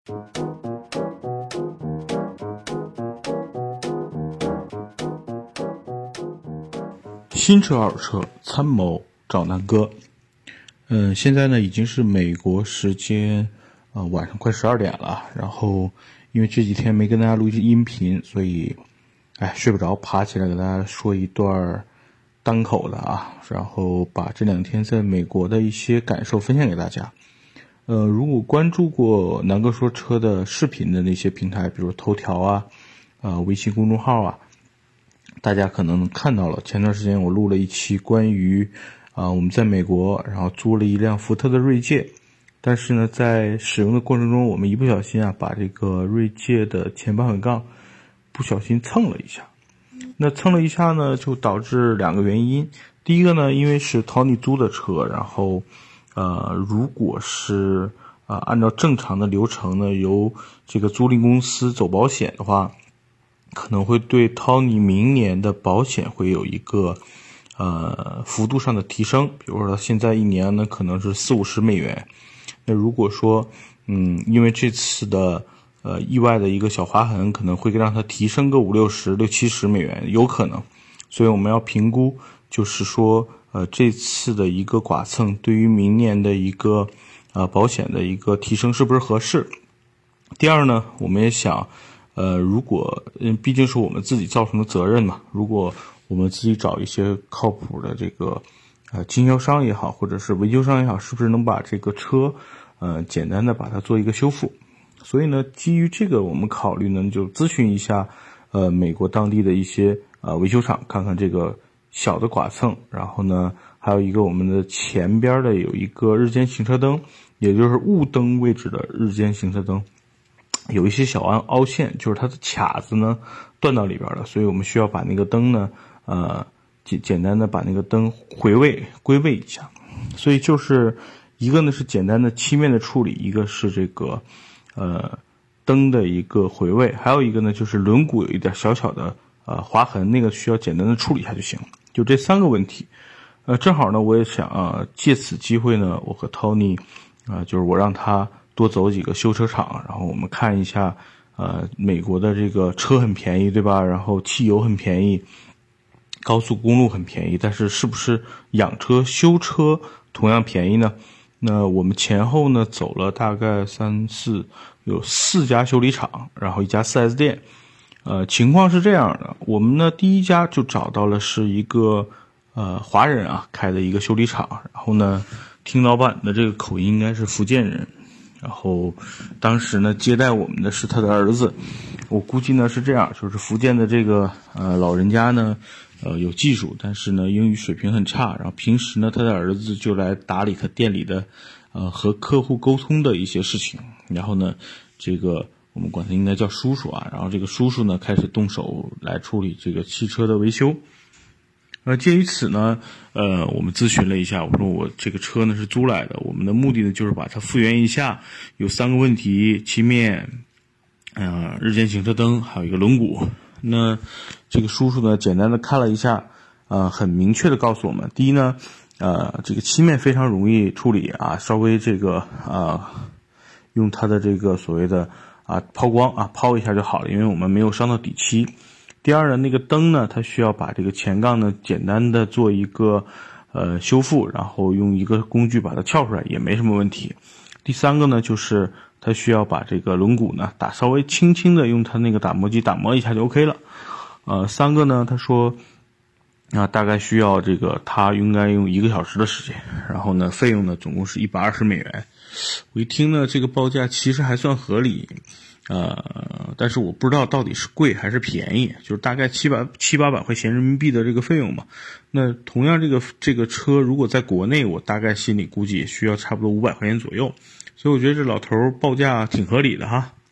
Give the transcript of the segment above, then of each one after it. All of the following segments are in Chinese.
新车二手车参谋找南哥。现在呢已经是美国时间晚上快12点了，然后因为这几天没跟大家录音频，所以睡不着，爬起来给大家说一段单口的然后把这2天在美国的一些感受分享给大家。如果关注过南哥说车的视频的那些平台，比如头条微信公众号大家可能看到了，前段时间我录了一期关于我们在美国然后租了一辆福特的锐界，但是呢在使用的过程中，我们一不小心把这个锐界的前保险杠不小心蹭了一下。那蹭了一下呢，就导致2个原因。第一个呢，因为是 Tony 租的车，然后如果是按照正常的流程呢，由这个租赁公司走保险的话，可能会对 Tony 明年的保险会有一个幅度上的提升，比如说现在1年呢可能是40-50美元。那如果说因为这次的意外的一个小划痕，可能会让它提升个50-60-70美元，有可能。所以我们要评估，就是说这次的一个剐蹭对于明年的一个保险的一个提升是不是合适。第二呢，我们也想如果毕竟是我们自己造成的责任嘛，如果我们自己找一些靠谱的这个经销商也好，或者是维修商也好，是不是能把这个车简单的把它做一个修复。所以呢，基于这个我们考虑呢，就咨询一下美国当地的一些维修厂，看看这个小的剐蹭，然后呢还有一个我们的前边的有一个日间行车灯，也就是雾灯位置的日间行车灯有一些小凹陷，就是它的卡子呢断到里边了，所以我们需要把那个灯呢简单的把那个灯归位一下。所以就是一个呢是简单的漆面的处理，一个是这个灯的一个回位，还有一个呢就是轮毂有一点小小的划痕，那个需要简单的处理一下就行。就这3个问题。正好呢我也想借此机会呢，我和 Tony 就是我让他多走几个修车厂，然后我们看一下美国的这个车很便宜，对吧？然后汽油很便宜，高速公路很便宜，但是是不是养车修车同样便宜呢？那我们前后呢走了大概有4家修理厂，然后1家 4S 店。情况是这样的，我们呢第一家就找到了是一个华人开的一个修理厂，然后呢听老板的这个口音应该是福建人，然后当时呢接待我们的是他的儿子。我估计呢是这样，就是福建的这个老人家呢有技术，但是呢英语水平很差，然后平时呢他的儿子就来打理他店里的和客户沟通的一些事情，然后呢这个我们管他应该叫叔叔然后这个叔叔呢开始动手来处理这个汽车的维修。鉴于此呢我们咨询了一下，我说我这个车呢是租来的，我们的目的呢就是把它复原一下，有3个问题，漆面日间行车灯，还有一个轮毂。那这个叔叔呢简单的看了一下很明确的告诉我们，第一呢这个漆面非常容易处理稍微这个用它的这个所谓的抛光抛一下就好了，因为我们没有伤到底漆。第二呢，那个灯呢它需要把这个前杠呢简单的做一个修复，然后用一个工具把它撬出来也没什么问题。第3个呢就是它需要把这个轮毂呢稍微轻轻的用它那个打磨机打磨一下就 OK 了。3个呢他说大概需要这个他应该用1个小时的时间，然后呢费用呢总共是120美元。我一听呢这个报价其实还算合理，但是我不知道到底是贵还是便宜，就是大概700-800块钱人民币的这个费用嘛。那同样这个车如果在国内，我大概心里估计也需要差不多500块钱左右，所以我觉得这老头报价挺合理的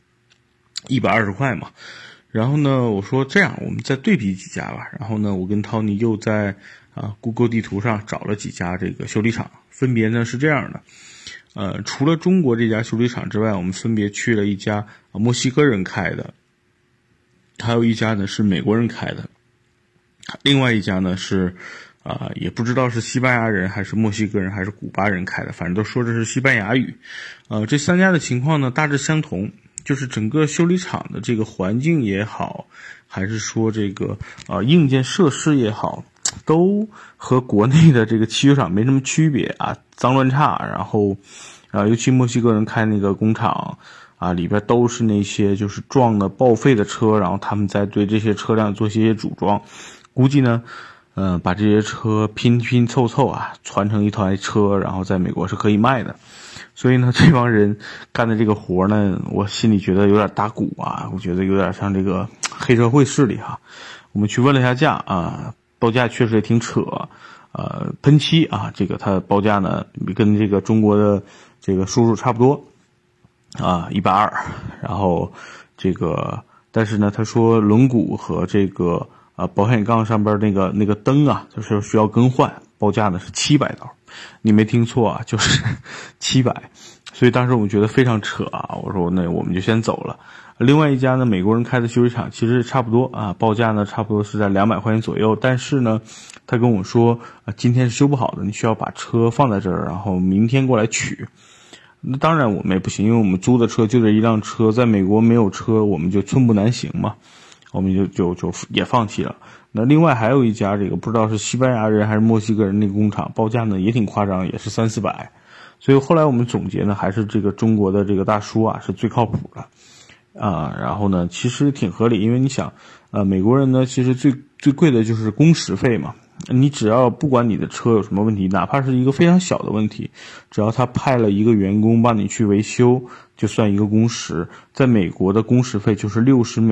120块嘛。然后呢我说这样我们再对比几家吧，然后呢我跟 Tony 又在Google 地图上找了几家这个修理厂，分别呢是这样的。除了中国这家修理厂之外，我们分别去了一家墨西哥人开的，还有一家呢是美国人开的，另外一家呢是也不知道是西班牙人还是墨西哥人还是古巴人开的，反正都说这是西班牙语。这3家的情况呢大致相同，就是整个修理厂的这个环境也好，还是说这个硬件设施也好，都和国内的这个汽修厂没什么区别啊，脏乱差。然后尤其墨西哥人开那个工厂里边都是那些就是撞的报废的车，然后他们再对这些车辆做一些组装，估计呢把这些车拼拼凑凑传成一台车，然后在美国是可以卖的。所以呢这帮人干的这个活呢，我心里觉得有点打鼓我觉得有点像这个黑社会势力我们去问了一下价报价确实也挺扯。喷漆这个它报价呢跟这个中国的这个叔叔差不多120，然后这个但是呢他说轮毂和这个保险杠上边那个灯就是需要更换，报价呢是$700，你没听错就是700。所以当时我们觉得非常扯我说那我们就先走了。另外一家呢美国人开的修理厂其实差不多报价呢差不多是在200块钱左右，但是呢他跟我说今天是修不好的，你需要把车放在这儿，然后明天过来取。那当然我们也不行，因为我们租的车就这一辆车，在美国没有车我们就寸步难行嘛，我们就也放弃了。那另外还有一家这个不知道是西班牙人还是墨西哥人那个工厂，报价呢也挺夸张，也是300-400。所以后来我们总结呢还是这个中国的这个大叔是最靠谱的然后呢其实挺合理，因为你想美国人呢其实最贵的就是工时费嘛，你只要不管你的车有什么问题，哪怕是一个非常小的问题，只要他派了一个员工帮你去维修，就算一个工时。在美国的工时费就是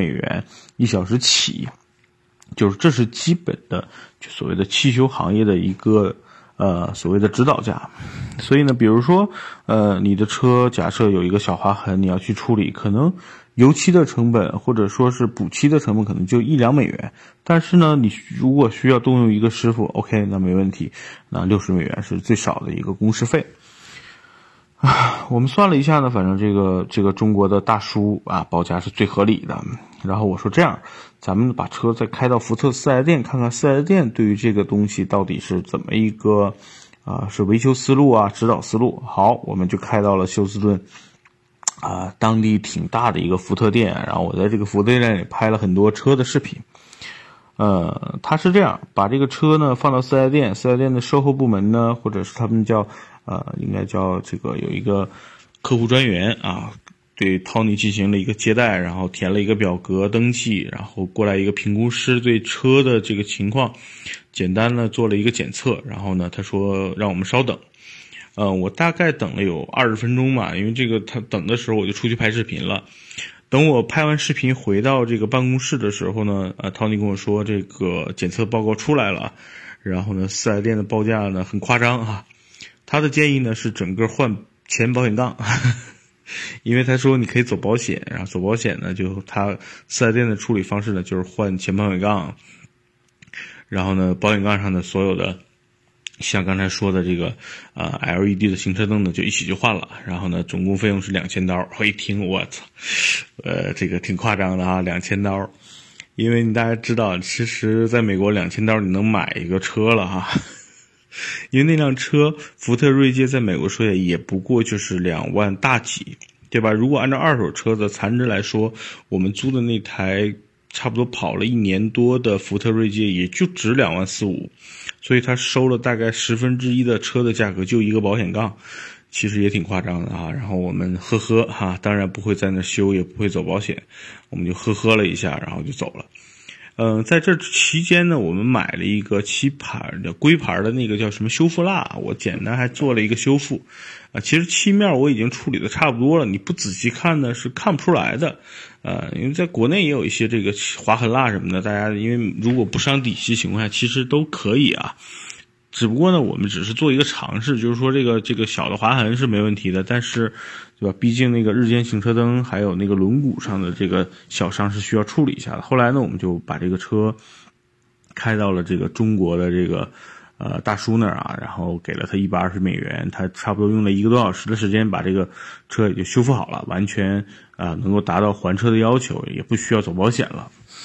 $601小时起，就是这是基本的就所谓的汽修行业的一个所谓的指导价。所以呢比如说你的车假设有一个小划痕，你要去处理，可能油漆的成本或者说是补漆的成本可能就$1-2，但是呢你如果需要动用一个师傅 OK 那没问题，那$60是最少的一个工时费。我们算了一下呢，反正这个中国的大叔报价是最合理的。然后我说这样，咱们把车再开到福特4S店，看看4S店对于这个东西到底是怎么一个是维修思路指导思路。好，我们就开到了休斯顿当地挺大的一个福特店，然后我在这个福特店里拍了很多车的视频。他是这样把这个车呢放到4S店，4S店的售后部门呢，或者是他们叫应该叫这个有一个客户专员对 Tony 进行了一个接待，然后填了一个表格登记，然后过来一个评估师对车的这个情况简单的做了一个检测，然后呢他说让我们稍等。我大概等了有20分钟嘛，因为这个他等的时候我就出去拍视频了。等我拍完视频回到这个办公室的时候呢Tony 跟我说这个检测报告出来了，然后呢4S店的报价呢很夸张他的建议呢是整个换前保险杠因为他说你可以走保险，然后走保险呢就他4S店的处理方式呢就是换前保险杠，然后呢保险杠上的所有的像刚才说的这个LED 的行车灯呢就一起就换了，然后呢总共费用是$2000。我一听我操这个挺夸张的$2000。因为大家知道其实在美国$2000你能买一个车了因为那辆车福特锐界在美国说也不过就是2万大几，对吧？如果按照二手车的残值来说，我们租的那台差不多跑了1年多的福特锐界也就值2万4、5，所以他收了大概1/10的车的价格，就一个保险杠，其实也挺夸张的然后我们呵当然不会在那修，也不会走保险，我们就呵了一下，然后就走了。在这期间呢，我们买了一个龟牌的那个叫什么修复蜡，我简单还做了一个修复。其实漆面我已经处理的差不多了，你不仔细看呢是看不出来的。因为在国内也有一些这个划痕蜡什么的，大家因为如果不伤底漆情况下，其实都可以只不过呢，我们只是做一个尝试，就是说这个小的划痕是没问题的，但是对吧？毕竟那个日间行车灯还有那个轮毂上的这个小伤是需要处理一下的。后来呢，我们就把这个车开到了这个中国的这个大叔那儿然后给了他$120，他差不多用了1个多小时的时间把这个车也就修复好了，完全能够达到还车的要求，也不需要走保险了。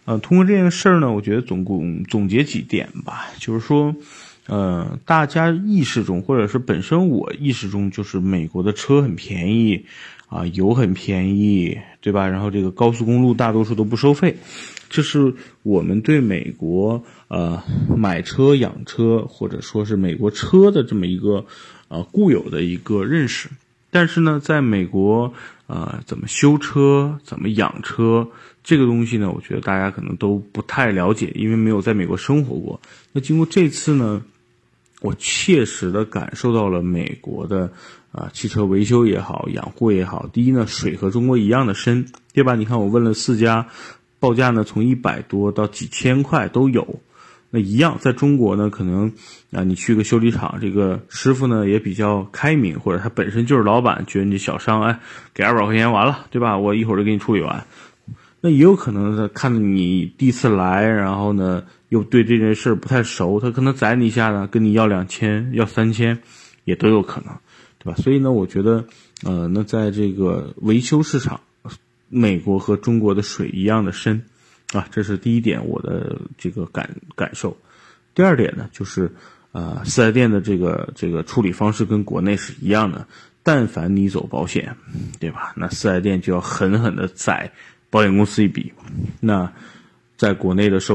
通过这件事儿呢，我觉得总结几点吧，就是说，大家意识中，或者是本身我意识中，就是美国的车很便宜，油很便宜，对吧？然后这个高速公路大多数都不收费，这是我们对美国买车养车，或者说是美国车的这么一个固有的一个认识。但是呢，在美国怎么修车，怎么养车，这个东西呢，我觉得大家可能都不太了解，因为没有在美国生活过。那经过这次呢，我切实的感受到了美国的汽车维修也好，养护也好。第一呢，水和中国一样的深，对吧？你看我问了4家，报价呢从100多到几千块都有。那一样，在中国呢，可能你去个修理厂，这个师傅呢也比较开明，或者他本身就是老板，觉得你小伤，给200块钱完了，对吧？我一会儿就给你处理完。那也有可能呢，看着你第一次来，然后呢又对这件事不太熟，他可能宰你一下呢，跟你要2000，要3000，也都有可能，对吧？所以呢，我觉得那在这个维修市场，美国和中国的水一样的深。这是第一点我的这个感受。第二点呢，就是4S店的这个处理方式跟国内是一样的，但凡你走保险，对吧？那4S店就要狠狠的宰保险公司一笔。那在国内的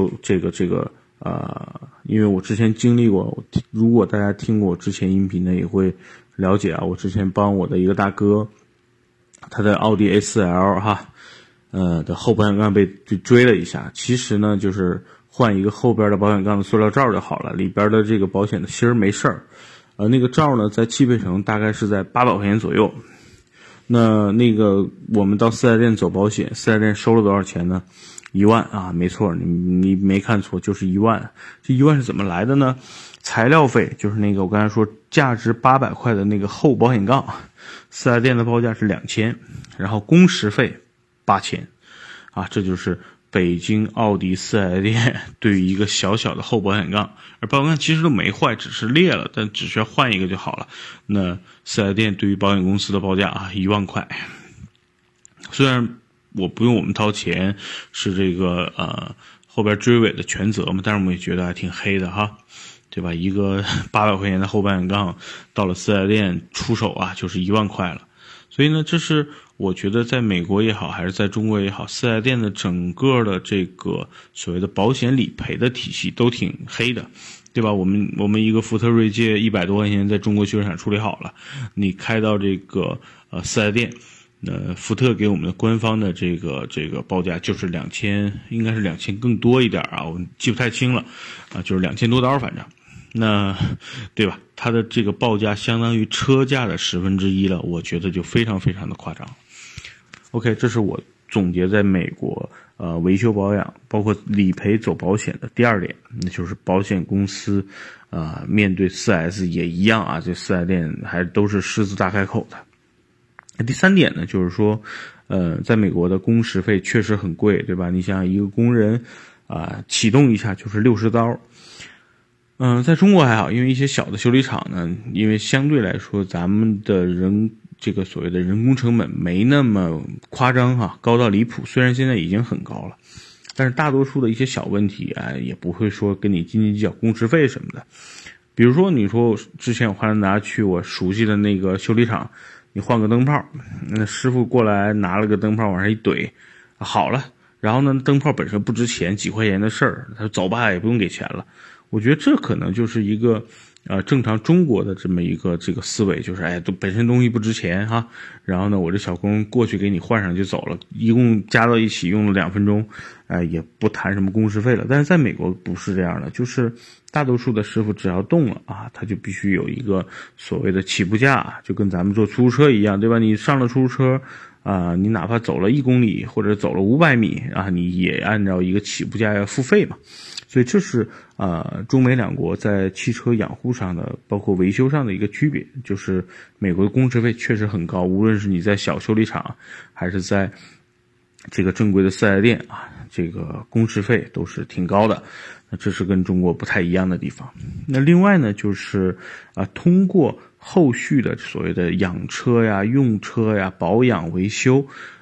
因为我之前经历过，如果大家听过我之前音频呢，也会了解我之前帮我的一个大哥，他的奥迪 A4L 的后保险杠被追了一下，其实呢就是换一个后边的保险杠的塑料罩就好了，里边的这个保险的芯儿没事儿。那个罩呢在汽配城大概是在800块钱左右。那个我们到4S店走保险，4S店收了多少钱呢？1万没错，你没看错，就是1万。这1万是怎么来的呢？材料费就是那个我刚才说价值800块的那个后保险杠，4S店的报价是2000，然后工时费8000，这就是北京奥迪4S店对于一个小小的后保险杠，而保险杠其实都没坏，只是裂了，但只需要换一个就好了。那4S店对于保险公司的报价1万块，虽然我不用我们掏钱，是这个后边追尾的全责嘛，但是我们也觉得还挺黑的对吧？一个800块钱的后保险杠到了4S店出手就是1万块了。所以呢，这是我觉得在美国也好，还是在中国也好，4S店的整个的这个所谓的保险理赔的体系都挺黑的，对吧？我们一个福特锐界100多块钱在中国修理厂处理好了，你开到这个4S店，福特给我们的官方的这个报价就是2000，应该是2000更多一点我记不太清了就是2000多刀反正。那对吧，它的这个报价相当于车价的1/10了，我觉得就非常非常的夸张。OK， 这是我总结在美国维修保养包括理赔走保险的第二点，那就是保险公司面对 4S 也一样这 4S 店还都是狮子大开口的。第三点呢，就是说在美国的工时费确实很贵，对吧？你想一个工人启动一下就是60刀。在中国还好，因为一些小的修理厂呢，因为相对来说咱们的这个所谓的人工成本没那么夸张高到离谱，虽然现在已经很高了，但是大多数的一些小问题也不会说跟你斤斤计较工时费什么的。比如说你说之前我还拿去我熟悉的那个修理厂，你换个灯泡，那师傅过来拿了个灯泡往上一怼好了，然后呢灯泡本身不值钱，几块钱的事儿，他走吧也不用给钱了。我觉得这可能就是一个正常中国的这么一个这个思维，就是都本身东西不值钱然后呢我这小工过去给你换上就走了，一共加到一起用了2分钟也不谈什么工时费了。但是在美国不是这样的，就是大多数的师傅只要动了他就必须有一个所谓的起步价，就跟咱们坐出租车一样，对吧？你上了出租车你哪怕走了1公里或者走了500米你也按照一个起步价要付费嘛。所以这是中美两国在汽车养护上的包括维修上的一个区别，就是美国的工时费确实很高，无论是你在小修理厂还是在这个正规的4S店这个工时费都是挺高的。那这是跟中国不太一样的地方。那另外呢，就是通过后续的所谓的养车呀、用车呀、保养维修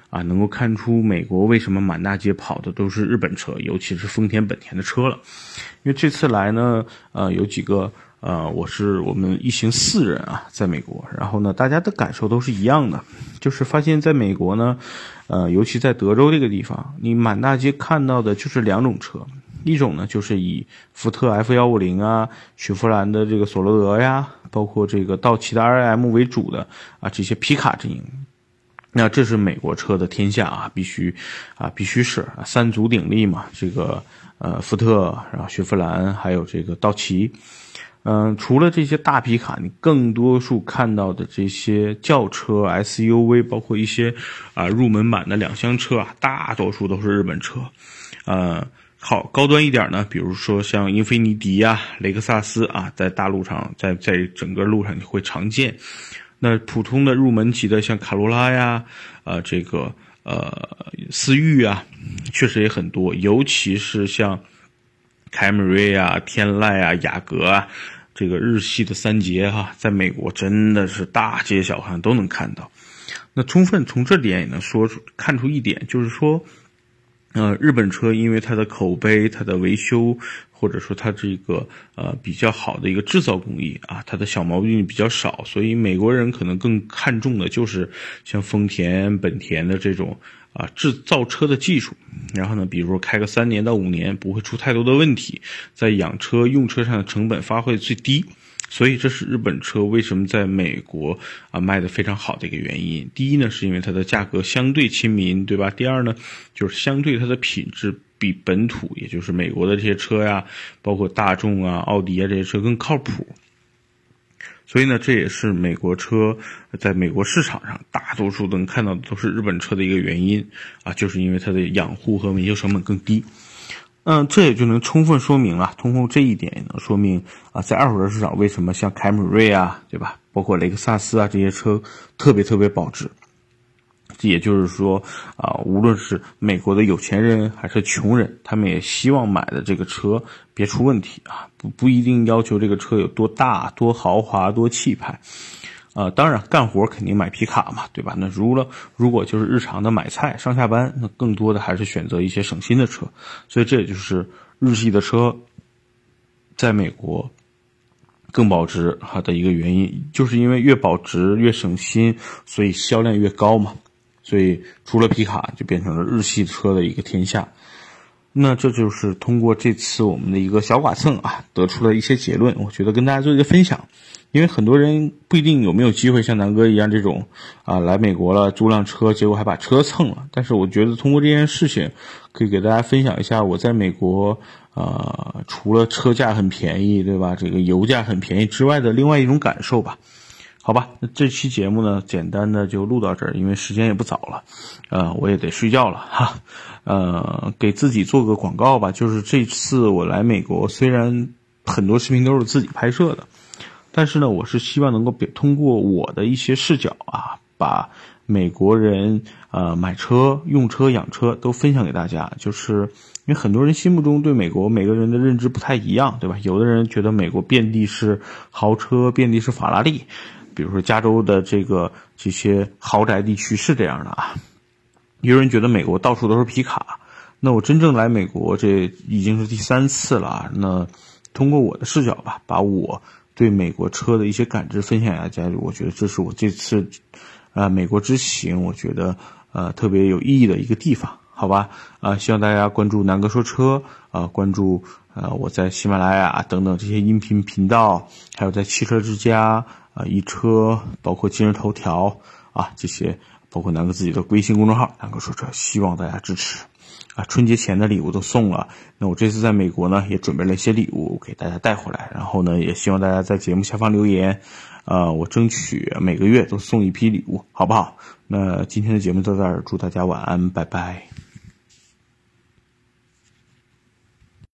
能够看出美国为什么满大街跑的都是日本车，尤其是丰田本田的车了。因为这次来呢有几个我们一行4人在美国，然后呢大家的感受都是一样的，就是发现在美国呢尤其在德州这个地方，你满大街看到的就是2种车，一种呢就是以福特 F150雪佛兰的这个索罗德呀，包括这个道奇的 RM 为主的这些皮卡阵营。那这是美国车的天下必须是3足鼎立嘛，这个福特，然后雪佛兰，还有这个道奇。除了这些大皮卡，你更多数看到的这些轿车 SUV， 包括一些入门版的2厢车大多数都是日本车。好，高端一点呢，比如说像英菲尼迪雷克萨斯在大路上，在整个路上你会常见。那普通的入门级的像卡罗拉呀，这个思域确实也很多，尤其是像凯美瑞天籁雅阁这个日系的3杰在美国真的是大街小巷都能看到。那充分从这点也能看出一点，就是说日本车因为它的口碑，它的维修，或者说它这个比较好的一个制造工艺它的小毛病比较少，所以美国人可能更看重的就是像丰田、本田的这种制造车的技术。然后呢，比如说开个3年到5年不会出太多的问题，在养车用车上的成本发挥最低。所以这是日本车为什么在美国卖得非常好的一个原因。第一呢，是因为它的价格相对亲民，对吧？第二呢，就是相对它的品质比本土，也就是美国的这些车包括大众奥迪这些车更靠谱。所以呢，这也是美国车在美国市场上大多数能看到的都是日本车的一个原因就是因为它的养护和维修成本更低。这也就能充分说明了，通过这一点也能说明在二手车市场为什么像凯美瑞对吧，包括雷克萨斯这些车特别保值。也就是说无论是美国的有钱人还是穷人，他们也希望买的这个车别出问题不一定要求这个车有多大、多豪华、多气派。当然干活肯定买皮卡嘛，对吧？那如果就是日常的买菜上下班，那更多的还是选择一些省心的车。所以这也就是日系的车在美国更保值的一个原因，就是因为越保值越省心，所以销量越高嘛。所以除了皮卡就变成了日系车的一个天下。那这就是通过这次我们的一个小剐蹭得出了一些结论，我觉得跟大家做一个分享。因为很多人不一定有没有机会像南哥一样这种来美国了租辆车，结果还把车蹭了。但是我觉得通过这件事情可以给大家分享一下我在美国除了车价很便宜，对吧，这个油价很便宜之外的另外一种感受吧。好吧，那这期节目呢简单的就录到这儿，因为时间也不早了我也得睡觉了给自己做个广告吧，就是这次我来美国，虽然很多视频都是自己拍摄的，但是呢我是希望能够通过我的一些视角把美国人买车、用车、养车都分享给大家。就是因为很多人心目中对美国每个人的认知不太一样，对吧？有的人觉得美国遍地是豪车，遍地是法拉利，比如说加州的这些豪宅地区是这样的有人觉得美国到处都是皮卡。那我真正来美国这已经是第3次了那通过我的视角吧，把我对美国车的一些感知分享给大家。我觉得这是我这次美国之行我觉得特别有意义的一个地方，好吧？希望大家关注南哥说车关注我在喜马拉雅等等这些音频频道，还有在汽车之家一车，包括今日头条这些，包括南哥自己的微信公众号南哥说车，希望大家支持春节前的礼物都送了，那我这次在美国呢也准备了一些礼物给大家带回来，然后呢也希望大家在节目下方留言我争取每个月都送一批礼物，好不好？那今天的节目到这儿，祝大家晚安，拜拜。